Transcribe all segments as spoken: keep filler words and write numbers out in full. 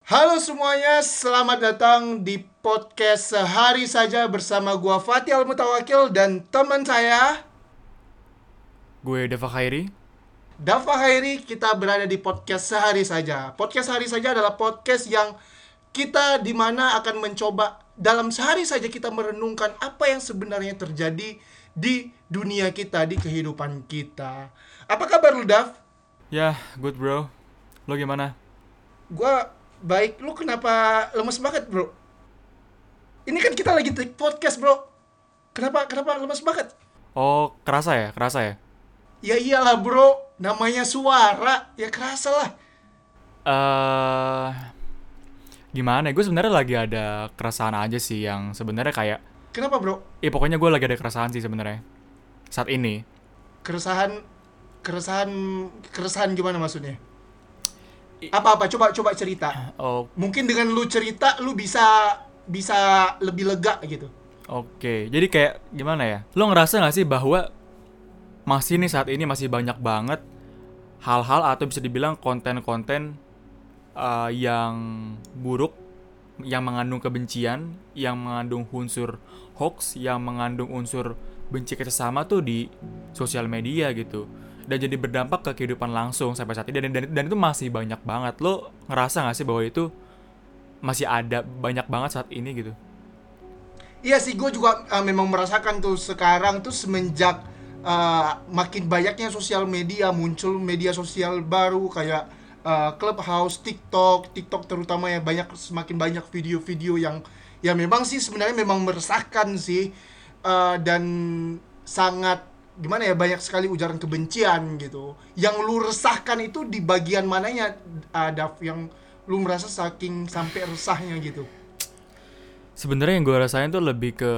Halo semuanya, selamat datang di podcast Sehari Saja bersama gua Fatih Al-Mutawakil dan teman saya Gue Dava Khairi. Dafa Hairi. Kita berada di podcast Sehari Saja. Podcast Sehari Saja adalah podcast yang kita dimana akan mencoba dalam sehari saja kita merenungkan apa yang sebenarnya terjadi di dunia kita, di kehidupan kita. Apa kabar lu, Dav? Ya, good bro. Lo gimana? Gua baik. Lu kenapa lemes banget, bro? Ini kan kita lagi take podcast, bro. Kenapa kenapa lemes banget? Oh, kerasa ya? Kerasa ya? Ya iyalah, bro. Namanya suara, ya kerasa lah. Eh, gimana ya? Gue sebenarnya lagi ada keresahan aja sih yang sebenarnya kayak, Kenapa, bro? ya pokoknya gue lagi ada keresahan sih sebenarnya saat ini. Keresahan keresahan keresahan gimana maksudnya? I- Apa-apa? Coba coba cerita. oh, Mungkin dengan lu cerita lu bisa bisa lebih lega gitu. Oke. Jadi kayak gimana ya? Lo ngerasa nggak sih bahwa masih nih saat ini masih banyak banget hal-hal atau bisa dibilang konten-konten eh, yang buruk, yang mengandung kebencian, yang mengandung unsur hoax, yang mengandung unsur benci ke sesama tuh di sosial media gitu. Dan jadi berdampak ke kehidupan langsung sampai saat ini dan, dan, dan itu masih banyak banget. Lo ngerasa gak sih bahwa itu masih ada banyak banget saat ini gitu? Iya sih, gue juga uh, memang merasakan tuh sekarang tuh semenjak uh, makin banyaknya sosial media, muncul media sosial baru kayak uh, Clubhouse, TikTok, TikTok terutama ya, banyak semakin banyak video-video yang ya memang sih sebenarnya memang meresahkan sih. Uh, dan sangat gimana ya, banyak sekali ujaran kebencian gitu. Yang lu resahkan itu di bagian mananya, uh, Dav, yang lu merasa saking sampai resahnya gitu? Sebenarnya yang gue rasain tuh lebih ke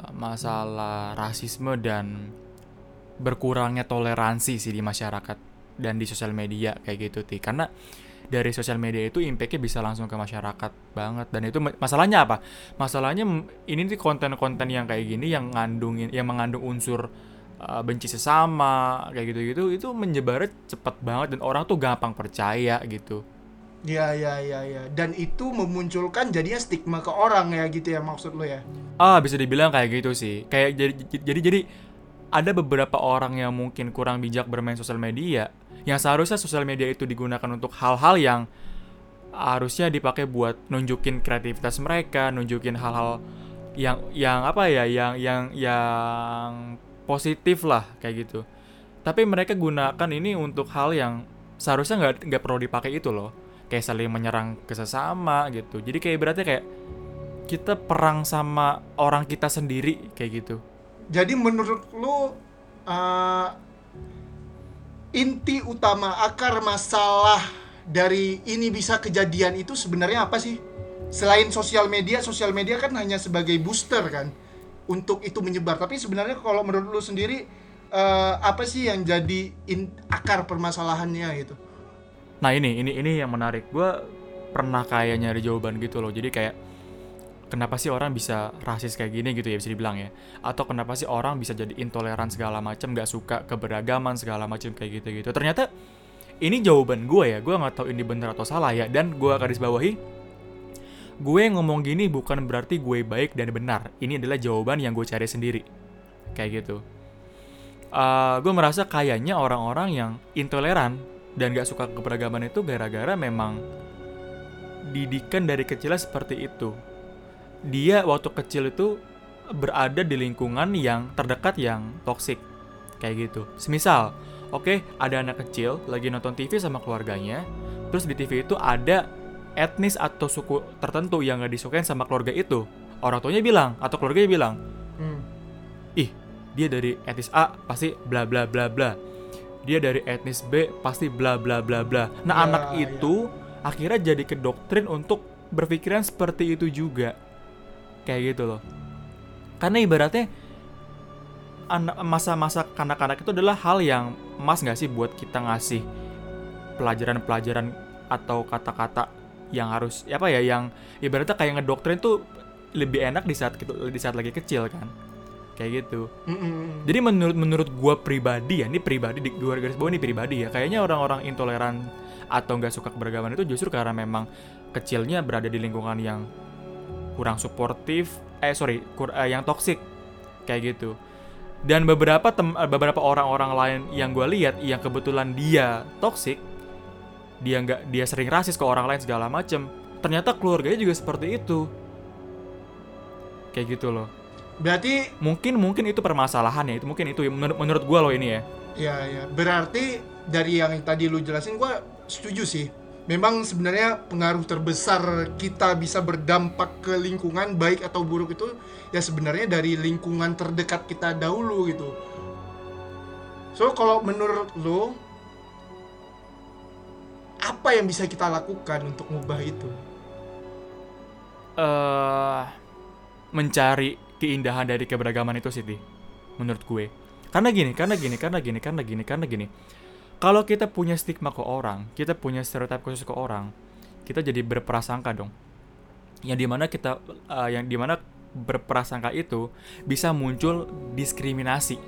masalah rasisme dan berkurangnya toleransi sih di masyarakat dan di sosial media kayak gitu ti karena dari sosial media itu impact-nya bisa langsung ke masyarakat banget dan itu masalahnya apa masalahnya ini tuh konten-konten yang kayak gini yang ngandungin yang mengandung unsur uh, benci sesama kayak gitu-gitu itu menyebarnya cepet banget dan orang tuh gampang percaya gitu. Ya, ya, ya, ya. Dan itu memunculkan jadinya stigma ke orang ya gitu ya, maksud lo ya. Ah, bisa dibilang kayak gitu sih. Kayak jadi jadi jadi ada beberapa orang yang mungkin kurang bijak bermain sosial media, yang seharusnya sosial media itu digunakan untuk hal-hal yang harusnya dipakai buat nunjukin kreativitas mereka, nunjukin hal-hal yang yang apa ya, yang yang yang positif lah kayak gitu. Tapi mereka gunakan ini untuk hal yang seharusnya nggak nggak perlu dipakai itu loh. Kayak saling menyerang ke sesama gitu. Jadi kayak berarti kayak kita perang sama orang kita sendiri kayak gitu. Jadi menurut lo, uh, inti utama akar masalah dari ini bisa kejadian itu sebenarnya apa sih? Selain sosial media, sosial media kan hanya sebagai booster kan untuk itu menyebar. Tapi sebenarnya kalau menurut lo sendiri, uh, apa sih yang jadi in, akar permasalahannya gitu? Nah ini ini ini yang menarik. Gue pernah kayak nyari jawaban gitu loh. Jadi kayak kenapa sih orang bisa rasis kayak gini gitu ya bisa dibilang ya? Atau kenapa sih orang bisa jadi intoleran segala macam, nggak suka keberagaman segala macam kayak gitu gitu? Ternyata ini jawaban gue ya. Gue nggak tahu ini benar atau salah ya. Dan gue garis bawahi, gue ngomong gini bukan berarti gue baik dan benar. Ini adalah jawaban yang gue cari sendiri. Kayak gitu. Uh, gue merasa kayaknya orang-orang yang intoleran dan gak suka keberagaman itu gara-gara memang didikan dari kecilnya seperti itu. Dia waktu kecil itu berada di lingkungan yang terdekat yang toksik kayak gitu. Semisal, oke, okay, ada anak kecil lagi nonton T V sama keluarganya, terus di T V itu ada etnis atau suku tertentu yang gak disukain sama keluarga itu. Orang tuanya bilang atau keluarganya bilang, Hmm. ih, dia dari etnis A pasti bla bla bla bla. Dia dari etnis B pasti bla bla bla bla. Nah, Ya, anak ya. itu akhirnya jadi kedoktrin untuk berpikiran seperti itu juga. Kayak gitu loh. Karena ibaratnya masa-masa kanak-kanak itu adalah hal yang emas gak sih buat kita ngasih pelajaran-pelajaran atau kata-kata yang harus apa ya, yang ibaratnya kayak ngedoktrin tuh lebih enak di saat di saat lagi kecil kan. Kayak gitu. Mm-mm. Jadi menurut menurut gue pribadi ya, ini pribadi di gue garis bawah ini pribadi ya, kayaknya orang-orang intoleran atau nggak suka keberagaman itu justru karena memang kecilnya berada di lingkungan yang kurang suportif, eh sorry, kur, eh, yang toksik kayak gitu. Dan beberapa tem, beberapa orang-orang lain yang gue lihat yang kebetulan dia toksik, dia nggak dia sering rasis ke orang lain segala macem, ternyata keluarganya juga seperti itu, kayak gitu loh. Berarti mungkin mungkin itu permasalahannya, itu mungkin itu menurut menurut gue loh ini ya. Ya, ya. Berarti dari yang tadi lu jelasin gue setuju sih. Memang sebenarnya pengaruh terbesar kita bisa berdampak ke lingkungan baik atau buruk itu ya sebenarnya dari lingkungan terdekat kita dahulu gitu. So kalau menurut lu apa yang bisa kita lakukan untuk mengubah itu? Eh uh, mencari keindahan dari keberagaman itu sih, Di. Menurut gue. Karena gini, karena gini, karena gini, karena gini, karena gini. Kalau kita punya stigma ke orang, kita punya stereotip khusus ke orang, kita jadi berprasangka dong. Yang dimana kita, uh, yang dimana berprasangka itu bisa muncul diskriminasi.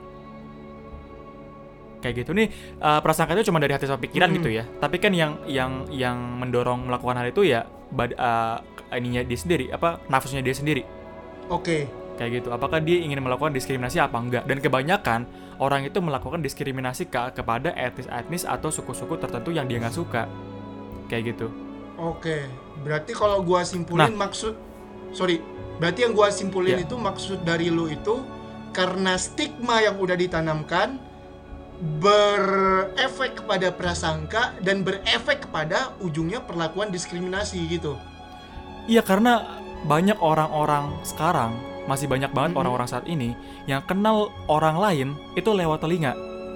Kayak gitu nih, uh, prasangka itu cuma dari hati sama pikiran hmm. gitu ya. Tapi kan yang yang yang mendorong melakukan hal itu ya, bad, uh, ininya dia sendiri, apa nafsunya dia sendiri. Oke. Okay. Kayak gitu, apakah dia ingin melakukan diskriminasi apa enggak. Dan kebanyakan orang itu melakukan diskriminasi ke, kepada etnis-etnis atau suku-suku tertentu yang dia nggak suka. Kayak gitu. Oke, berarti kalau gua simpulin nah, maksud sorry, berarti yang gua simpulin yeah. itu maksud dari lu itu karena stigma yang udah ditanamkan berefek kepada prasangka dan berefek kepada ujungnya perlakuan diskriminasi gitu. Iya, karena banyak orang-orang sekarang, masih banyak banget mm-hmm. orang-orang saat ini yang kenal orang lain itu lewat telinga.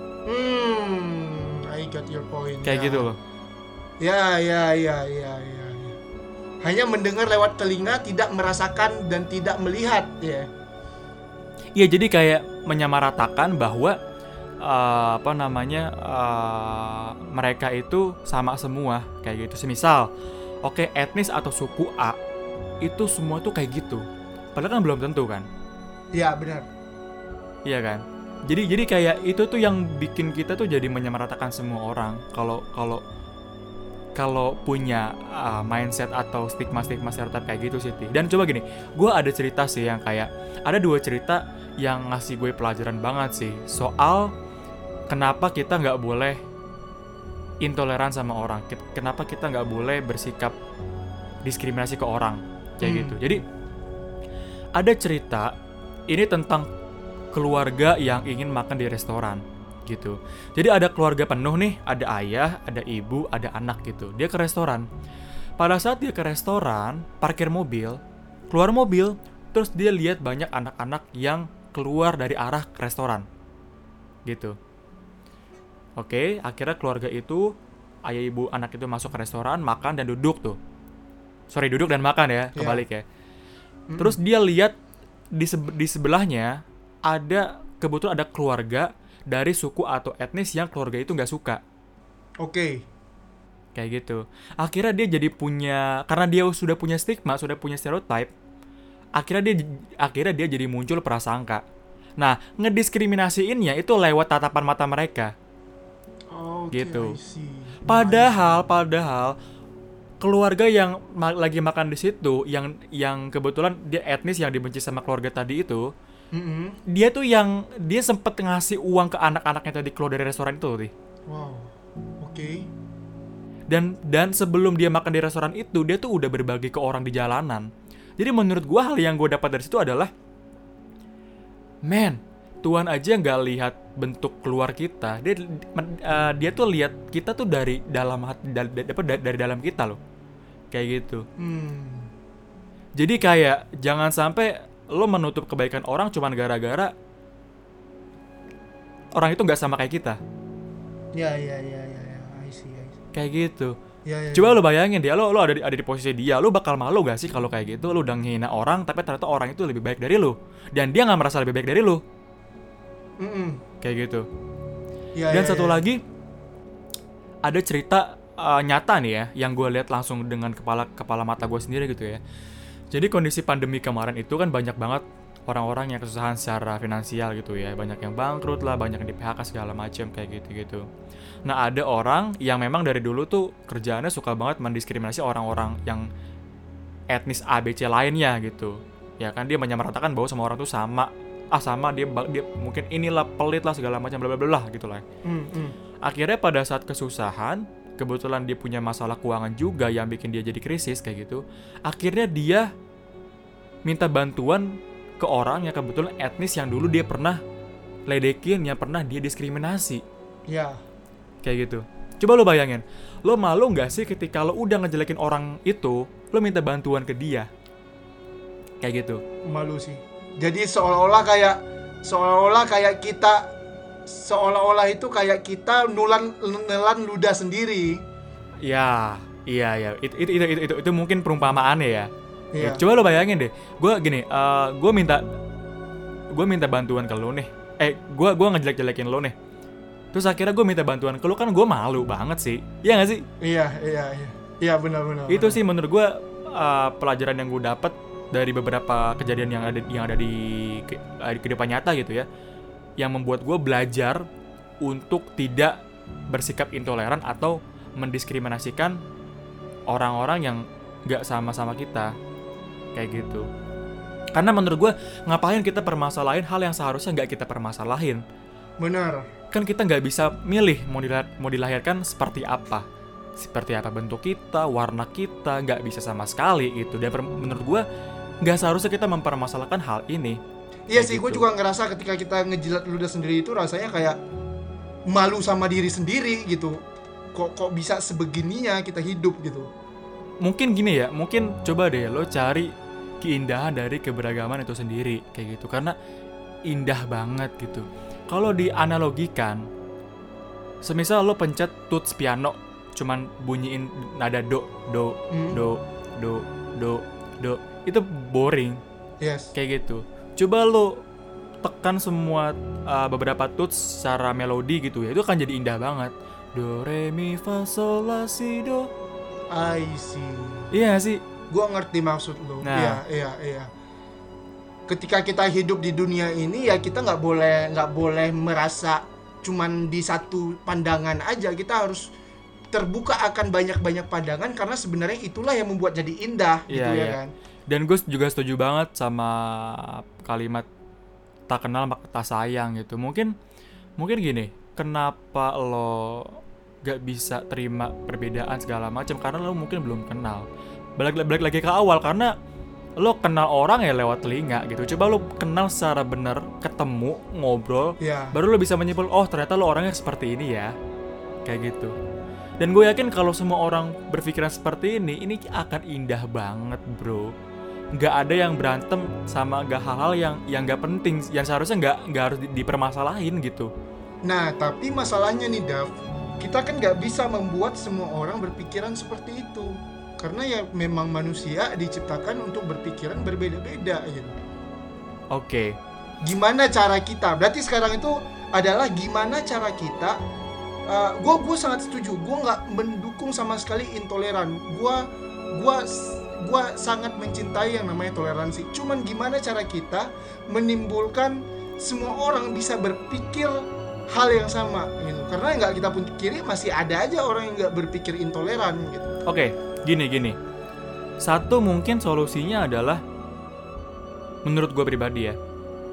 Hmm, I got your point. Kayak ya. gitu loh. Ya, ya, ya, ya, ya, ya. Hanya mendengar lewat telinga, tidak merasakan dan tidak melihat, ya. Iya, jadi kayak menyamaratakan bahwa uh, apa namanya uh, mereka itu sama semua, kayak gitu. Semisal, oke, okay, etnis atau suku A itu semua tuh kayak gitu. Padahal kan belum tentu kan? Iya, benar. Iya kan? Jadi jadi kayak itu tuh yang bikin kita tuh jadi menyamaratakan semua orang. Kalau kalau kalau punya uh, mindset atau stigma-stigma stereotip kayak gitu sih. Dan coba gini, gue ada cerita sih yang kayak ada dua cerita yang ngasih gue pelajaran banget sih soal kenapa kita nggak boleh intoleran sama orang. Kenapa kita nggak boleh bersikap diskriminasi ke orang kayak hmm. gitu. Jadi ada cerita ini tentang keluarga yang ingin makan di restoran gitu. Jadi ada keluarga penuh nih, ada ayah, ada ibu, ada anak gitu. Dia ke restoran. Pada saat dia ke restoran, parkir mobil, keluar mobil, terus dia lihat banyak anak-anak yang keluar dari arah restoran. Gitu. Oke, akhirnya keluarga itu, ayah, ibu, anak itu masuk ke restoran, makan dan duduk tuh. Sorry, duduk dan makan ya, kebalik yeah. ya. Mm-hmm. Terus dia lihat di, sebe- di sebelahnya ada kebetulan ada keluarga dari suku atau etnis yang keluarga itu nggak suka. Oke. Okay. Kayak gitu. Akhirnya dia jadi punya, karena dia sudah punya stigma, sudah punya stereotype. Akhirnya dia akhirnya dia jadi muncul prasangka. Nah, ngediskriminasiinnya itu lewat tatapan mata mereka. Oh, gitu. Okay, padahal, padahal keluarga yang ma- lagi makan di situ, yang yang kebetulan dia etnis yang dibenci sama keluarga tadi itu, mm-hmm. dia tuh yang dia sempet ngasih uang ke anak-anaknya tadi keluar dari restoran itu tuh. Wow, oke. Okay. Dan dan sebelum dia makan di restoran itu, dia tuh udah berbagi ke orang di jalanan. Jadi menurut gua hal yang gua dapat dari situ adalah, man, Tuhan aja nggak lihat bentuk keluar kita, dia uh, dia tuh lihat kita tuh dari dalam hati, dari, dari, dari dalam kita loh. Kayak gitu. Hmm. Jadi kayak jangan sampai lo menutup kebaikan orang cuman gara-gara orang itu nggak sama kayak kita. Ya ya ya ya ya, I see, I see. Kayak gitu. Ya, ya, Coba ya. lo bayangin dia, lo lo ada di, ada di posisi dia, lo bakal malu gak sih kalau kayak gitu? Lo udah ngehina orang, tapi ternyata orang itu lebih baik dari lo, dan dia nggak merasa lebih baik dari lo. Mm-mm. Kayak gitu. Ya, dan ya, satu ya. lagi ada cerita uh, nyata nih ya, yang gue lihat langsung dengan kepala kepala mata gue sendiri gitu ya. Jadi kondisi pandemi kemarin itu kan banyak banget orang-orang yang kesusahan secara finansial gitu ya, banyak yang bangkrut lah, banyak yang di P H K segala macam kayak gitu-gitu. Nah ada orang yang memang dari dulu tuh kerjaannya suka banget mendiskriminasi orang-orang yang etnis A B C lainnya gitu, ya kan, dia menyamaratakan bahwa semua orang tuh sama, ah sama dia dia mungkin inilah pelit lah segala macam bla bla bla gitu lah. Hmm, hmm. Akhirnya pada saat kesusahan, kebetulan dia punya masalah keuangan juga yang bikin dia jadi krisis kayak gitu, akhirnya dia minta bantuan ke orang yang kebetulan etnis yang dulu dia pernah ledekin, yang pernah dia diskriminasi. Ya. Kayak gitu. Coba lo bayangin, lo malu gak sih ketika lo udah ngejelekin orang itu, lo minta bantuan ke dia? Kayak gitu. Malu sih. Jadi seolah-olah kayak seolah-olah kayak kita seolah-olah itu kayak kita nulan nelan ludah sendiri. Ya, iya ya. Itu itu itu itu, itu, itu mungkin perumpamaannya ya. Iya. Ya, coba lo bayangin deh, gue gini, uh, gue minta, gue minta bantuan ke lo nih, eh, gue gue ngejelek-jelekin lo nih, terus akhirnya gue minta bantuan ke lo, kan gue malu banget sih, iya nggak sih? Iya iya iya, iya benar-benar. Itu benar. sih menurut gue uh, pelajaran yang gue dapet dari beberapa kejadian yang ada yang ada di ke, uh, kehidupan nyata gitu ya, yang membuat gue belajar untuk tidak bersikap intoleran atau mendiskriminasikan orang-orang yang nggak sama-sama kita. Kayak gitu. Karena menurut gue, ngapain kita permasalahin hal yang seharusnya nggak kita permasalahin. Benar. Kan kita nggak bisa milih mau, dilah- mau dilahirkan seperti apa. Seperti apa bentuk kita, warna kita, nggak bisa sama sekali gitu. Dan per- menurut gue, nggak seharusnya kita mempermasalahkan hal ini. Iya Kayak sih, gue gitu. juga ngerasa ketika kita ngejilat ludah sendiri itu rasanya kayak malu sama diri sendiri gitu. Kok kok bisa sebegininya kita hidup gitu. Mungkin gini ya, mungkin coba deh lo cari keindahan dari keberagaman itu sendiri kayak gitu, karena indah banget gitu. Kalau dianalogikan, semisal lo pencet tuts piano, cuman bunyiin nada do, do, Hmm. do, do, do, do, itu boring Yes. kayak gitu. Coba lo tekan semua uh, beberapa tuts secara melodi gitu ya, itu akan jadi indah banget. Do, re, mi, fa, sol, la, si, do. I see. Iya sih. Gua ngerti maksud lo. Nah. Iya, iya, iya. Ketika kita hidup di dunia ini ya kita nggak boleh nggak boleh merasa cuman di satu pandangan aja. Kita harus terbuka akan banyak-banyak pandangan karena sebenarnya itulah yang membuat jadi indah gitu Iya, ya iya. kan. Dan gue juga setuju banget sama kalimat tak kenal maka tak sayang gitu. Mungkin mungkin gini, kenapa lo gak bisa terima perbedaan segala macam karena lo mungkin belum kenal. Balik balik lagi ke awal, karena lo kenal orang ya lewat telinga gitu. Coba lo kenal secara benar, ketemu, ngobrol, Iya. baru lo bisa menyimpul, oh ternyata lo orangnya seperti ini ya. Kayak gitu. Dan gue yakin kalau semua orang berpikiran seperti ini, ini akan indah banget, bro. Nggak ada yang berantem sama gak hal-hal yang yang nggak penting, yang seharusnya nggak nggak harus di, dipermasalahin gitu. Nah, tapi masalahnya nih, Dav, kita kan nggak bisa membuat semua orang berpikiran seperti itu. Karena ya memang manusia diciptakan untuk berpikiran berbeda-beda gitu. Oke. Gimana cara kita? Berarti sekarang itu adalah gimana cara kita. Uh, gue gue sangat setuju. Gue nggak mendukung sama sekali intoleran. Gue gue gue sangat mencintai yang namanya toleransi. Cuman gimana cara kita menimbulkan semua orang bisa berpikir hal yang sama gitu. Karena nggak kita pun kiri masih ada aja orang yang nggak berpikir intoleran gitu. Oke, gini gini. Satu mungkin solusinya adalah, menurut gue pribadi ya,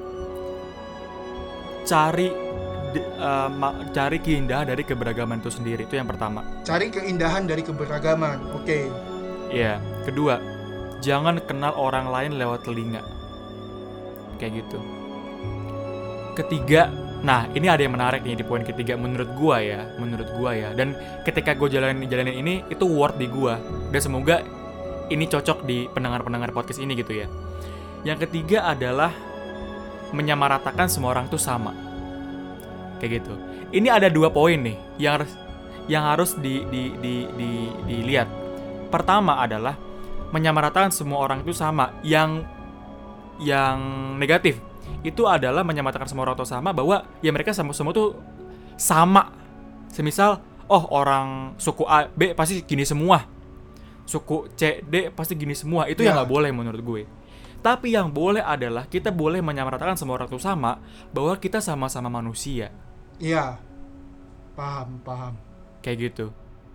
cari de- uh, ma- cari keindahan dari keberagaman itu sendiri, itu yang pertama. Cari keindahan dari keberagaman. Oke. Iya. Kedua, jangan kenal orang lain lewat telinga. Kayak gitu. Ketiga, nah ini ada yang menarik nih di poin ketiga menurut gua ya, menurut gua ya. Dan ketika gua jalanin jalanin ini, itu worth di gua. Dan semoga ini cocok di pendengar-pendengar podcast ini gitu ya. Yang ketiga adalah menyamaratakan semua orang tuh sama. Kayak gitu. Ini ada dua poin nih yang harus yang harus di, di, di, di, dilihat. Pertama adalah menyamaratakan semua orang itu sama. Yang yang negatif itu adalah menyamaratakan semua orang itu sama, bahwa ya mereka sama semua tuh sama. Semisal, oh orang suku A, B pasti gini semua. Suku C, D pasti gini semua. Itu Ya. yang nggak boleh menurut gue. Tapi yang boleh adalah kita boleh menyamaratakan semua orang itu sama, bahwa kita sama-sama manusia. Iya. Paham, paham. Kayak gitu.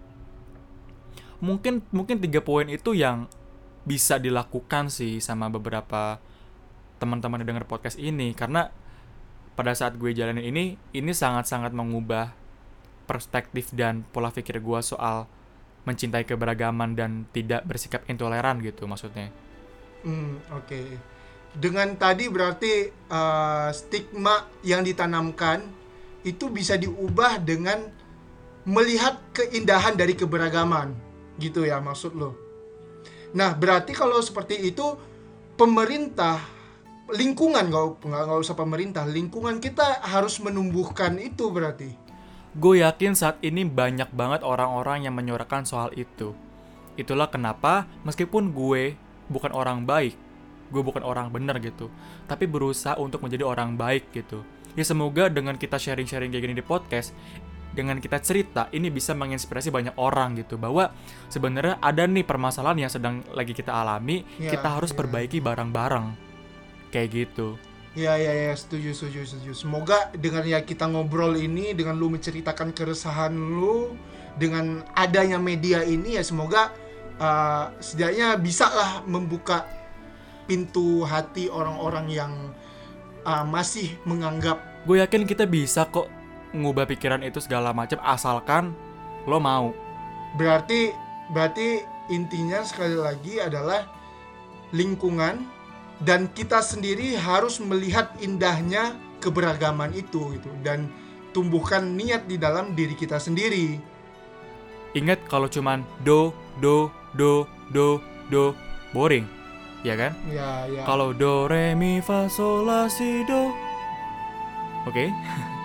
Mungkin mungkin tiga poin itu yang bisa dilakukan sih sama beberapa teman-teman yang denger podcast ini, karena pada saat gue jalanin ini, ini sangat-sangat mengubah perspektif dan pola pikir gue soal mencintai keberagaman dan tidak bersikap intoleran gitu maksudnya. Hmm, oke. Okay. Dengan tadi berarti uh, stigma yang ditanamkan itu bisa diubah dengan melihat keindahan dari keberagaman, gitu ya maksud lo. Nah, berarti kalau seperti itu pemerintah, lingkungan, nggak nggak usah pemerintah, lingkungan kita harus menumbuhkan itu berarti. Gue yakin saat ini banyak banget orang-orang yang menyuarakan soal itu. Itulah kenapa meskipun gue bukan orang baik, gue bukan orang benar gitu, tapi berusaha untuk menjadi orang baik gitu. Ya semoga dengan kita sharing-sharing kayak gini di podcast, dengan kita cerita, ini bisa menginspirasi banyak orang gitu, bahwa sebenarnya ada nih permasalahan yang sedang lagi kita alami, ya, kita harus ya. perbaiki bareng-bareng. Kayak gitu. Ya, ya, ya, setuju, setuju, setuju. Semoga dengan ya kita ngobrol ini, dengan lu menceritakan keresahan lu, dengan adanya media ini, ya semoga uh, setidaknya bisa lah membuka pintu hati orang-orang yang uh, masih menganggap. Gue yakin kita bisa kok ngubah pikiran itu segala macam, asalkan lo mau. Berarti, berarti intinya sekali lagi adalah lingkungan dan kita sendiri harus melihat indahnya keberagaman itu gitu, dan tumbuhkan niat di dalam diri kita sendiri. Ingat, kalau cuman do do do do do boring, ya kan? Ya, ya. Kalau do re mi fa sol la si do, oke? Okay?